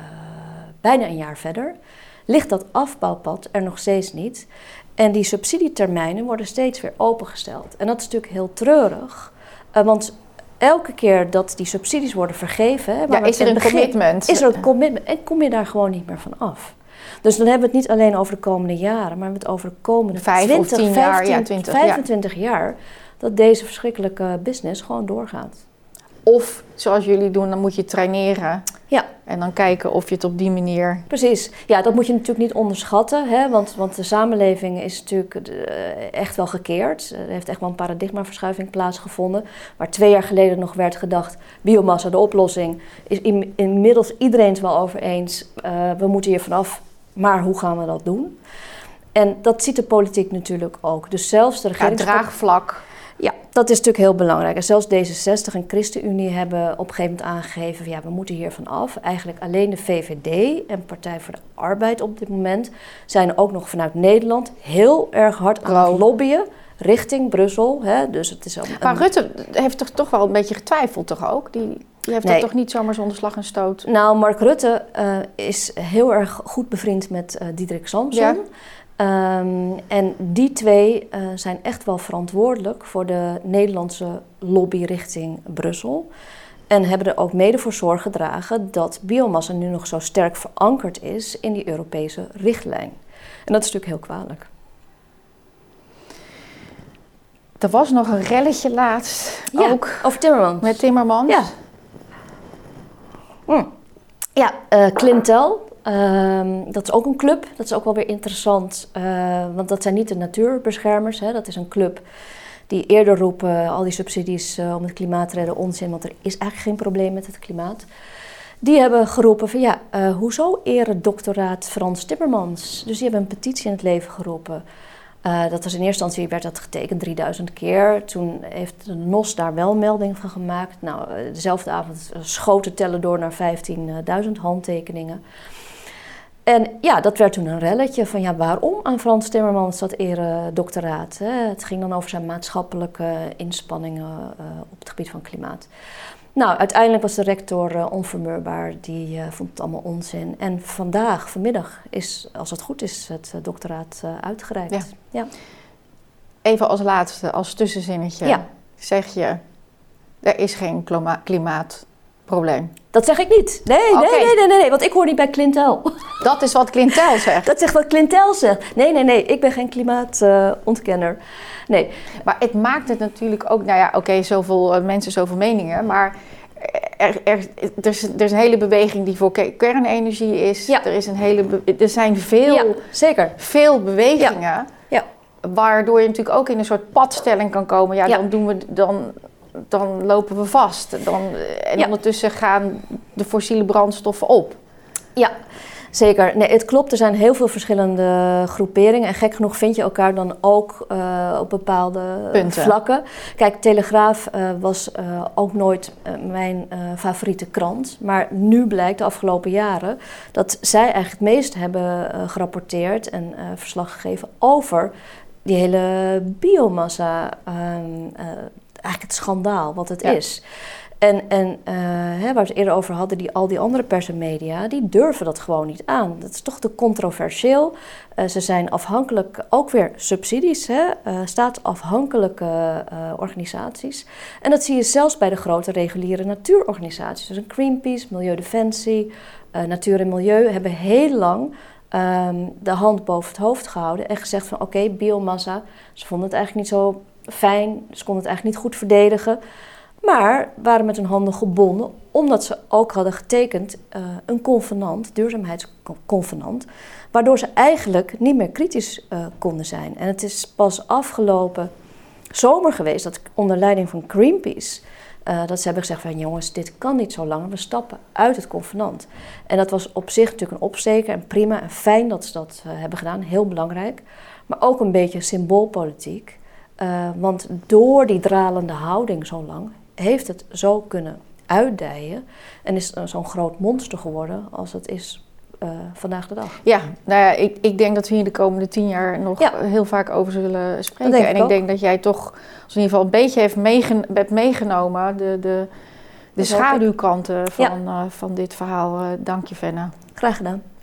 bijna een jaar verder, ligt dat afbouwpad er nog steeds niet. En die subsidietermijnen worden steeds weer opengesteld. En dat is natuurlijk heel treurig. Uh, want elke keer dat die subsidies worden vergeven, hè, ja, is er een begin, commitment. Is er een commitment en kom je daar gewoon niet meer van af. Dus dan hebben we het niet alleen over de komende jaren, maar we hebben het over de komende Vijf twintig, of tien jaar, vijftien, ja, twintig, vijfentwintig ja. jaar, dat deze verschrikkelijke business gewoon doorgaat. Of, zoals jullie doen, dan moet je traineren. Ja. En dan kijken of je het op die manier... Precies. Ja, dat moet je natuurlijk niet onderschatten. Hè? Want, want de samenleving is natuurlijk uh, echt wel gekeerd. Er heeft echt wel een paradigmaverschuiving plaatsgevonden. Waar twee jaar geleden nog werd gedacht, biomassa, de oplossing, is in, inmiddels iedereen het wel over eens. Uh, we moeten hier vanaf, maar hoe gaan we dat doen? En dat ziet de politiek natuurlijk ook. Dus zelfs de regering... Ja, draagvlak... Ja, dat is natuurlijk heel belangrijk. En zelfs D zesenzestig en ChristenUnie hebben op een gegeven moment aangegeven van ja, we moeten hiervan af. Eigenlijk alleen de V V D en Partij voor de Arbeid op dit moment zijn ook nog vanuit Nederland heel erg hard aan het lobbyen richting Brussel. Hè? Dus het is een, maar Rutte heeft toch, toch wel een beetje getwijfeld, toch ook? Die, die heeft nee. dat toch niet zomaar zonder slag en stoot? Nou, Mark Rutte uh, is heel erg goed bevriend met uh, Diederik Samsom. Ja. Um, en die twee uh, zijn echt wel verantwoordelijk voor de Nederlandse lobby richting Brussel. En hebben er ook mede voor zorg gedragen dat biomassa nu nog zo sterk verankerd is in die Europese richtlijn. En dat is natuurlijk heel kwalijk. Er was nog een relletje laatst, ja, ook over Timmermans. Met Timmermans. Ja, hm. ja uh, Clintel, uh, dat is ook een club. Dat is ook wel weer interessant, uh, want dat zijn niet de natuurbeschermers. Hè. Dat is een club die eerder roepen, al die subsidies uh, om het klimaat te redden, onzin, want er is eigenlijk geen probleem met het klimaat. Die hebben geroepen van ja, uh, hoezo eredoctoraat Frans Timmermans? Dus die hebben een petitie in het leven geroepen. Uh, dat was in eerste instantie, werd dat getekend drieduizend keer. Toen heeft de N O S daar wel melding van gemaakt. Nou, dezelfde avond schoten tellen door naar vijftienduizend handtekeningen. En ja, dat werd toen een relletje van ja, waarom aan Frans Timmermans dat eredoctoraat? Hè? Het ging dan over zijn maatschappelijke inspanningen uh, op het gebied van klimaat. Nou, uiteindelijk was de rector uh, onvermurbaar, die uh, vond het allemaal onzin. En vandaag, vanmiddag, is, als het goed is, het uh, doctoraat uh, uitgereikt. Ja. Ja. Even als laatste, als tussenzinnetje, ja. zeg je, er is geen klima- klimaatprobleem. Dat zeg ik niet. Nee, okay. nee, nee, nee, nee, nee, want ik hoor niet bij Clintel. Dat is wat Clintel zegt. Dat zegt wat Clintel zegt. Nee, nee, nee, ik ben geen klimaatontkenner. Uh, nee. Maar het maakt het natuurlijk ook, nou ja, oké, okay, zoveel uh, mensen, zoveel meningen, maar er, er, er, is, er is een hele beweging die voor kernenergie is. Ja. Er, is een hele be- er zijn veel, ja, zeker. veel bewegingen, ja. Ja. waardoor je natuurlijk ook in een soort padstelling kan komen. Ja, ja. dan doen we dan. Dan lopen we vast. Dan, en ja. ondertussen gaan de fossiele brandstoffen op. Ja, zeker. Nee, het klopt. Er zijn heel veel verschillende groeperingen. En gek genoeg vind je elkaar dan ook uh, op bepaalde punten. Vlakken. Kijk, Telegraaf uh, was uh, ook nooit uh, mijn uh, favoriete krant. Maar nu blijkt de afgelopen jaren dat zij eigenlijk het meest hebben uh, gerapporteerd en uh, verslag gegeven over die hele biomassa. Uh, uh, Eigenlijk het schandaal wat het ja. is. En, en uh, hè, waar we het eerder over hadden, die, al die andere pers en media, die durven dat gewoon niet aan. Dat is toch te controversieel. Uh, ze zijn afhankelijk, ook weer subsidies, hè, uh, staatsafhankelijke uh, organisaties. En dat zie je zelfs bij de grote reguliere natuurorganisaties. Dus een Greenpeace, Milieudefensie, uh, Natuur en Milieu hebben heel lang um, de hand boven het hoofd gehouden en gezegd van oké, okay, biomassa, ze vonden het eigenlijk niet zo fijn, ze konden het eigenlijk niet goed verdedigen, maar waren met hun handen gebonden omdat ze ook hadden getekend uh, een convenant, duurzaamheidsconvenant, waardoor ze eigenlijk niet meer kritisch uh, konden zijn. En het is pas afgelopen zomer geweest dat onder leiding van Greenpeace uh, dat ze hebben gezegd van jongens, dit kan niet zo langer, we stappen uit het convenant. En dat was op zich natuurlijk een opsteker en prima en fijn dat ze dat uh, hebben gedaan, heel belangrijk, maar ook een beetje symboolpolitiek. Uh, want door die dralende houding zo lang heeft het zo kunnen uitdijen en is het zo'n groot monster geworden als het is uh, vandaag de dag. Ja, nou ja, ik, ik denk dat we hier de komende tien jaar nog ja. heel vaak over zullen spreken. Denk en ik ik denk dat jij toch als in ieder geval een beetje heeft meegen, hebt meegenomen de, de, de schaduwkanten van, ja. uh, van dit verhaal. Uh, dank je, Fenna. Graag gedaan.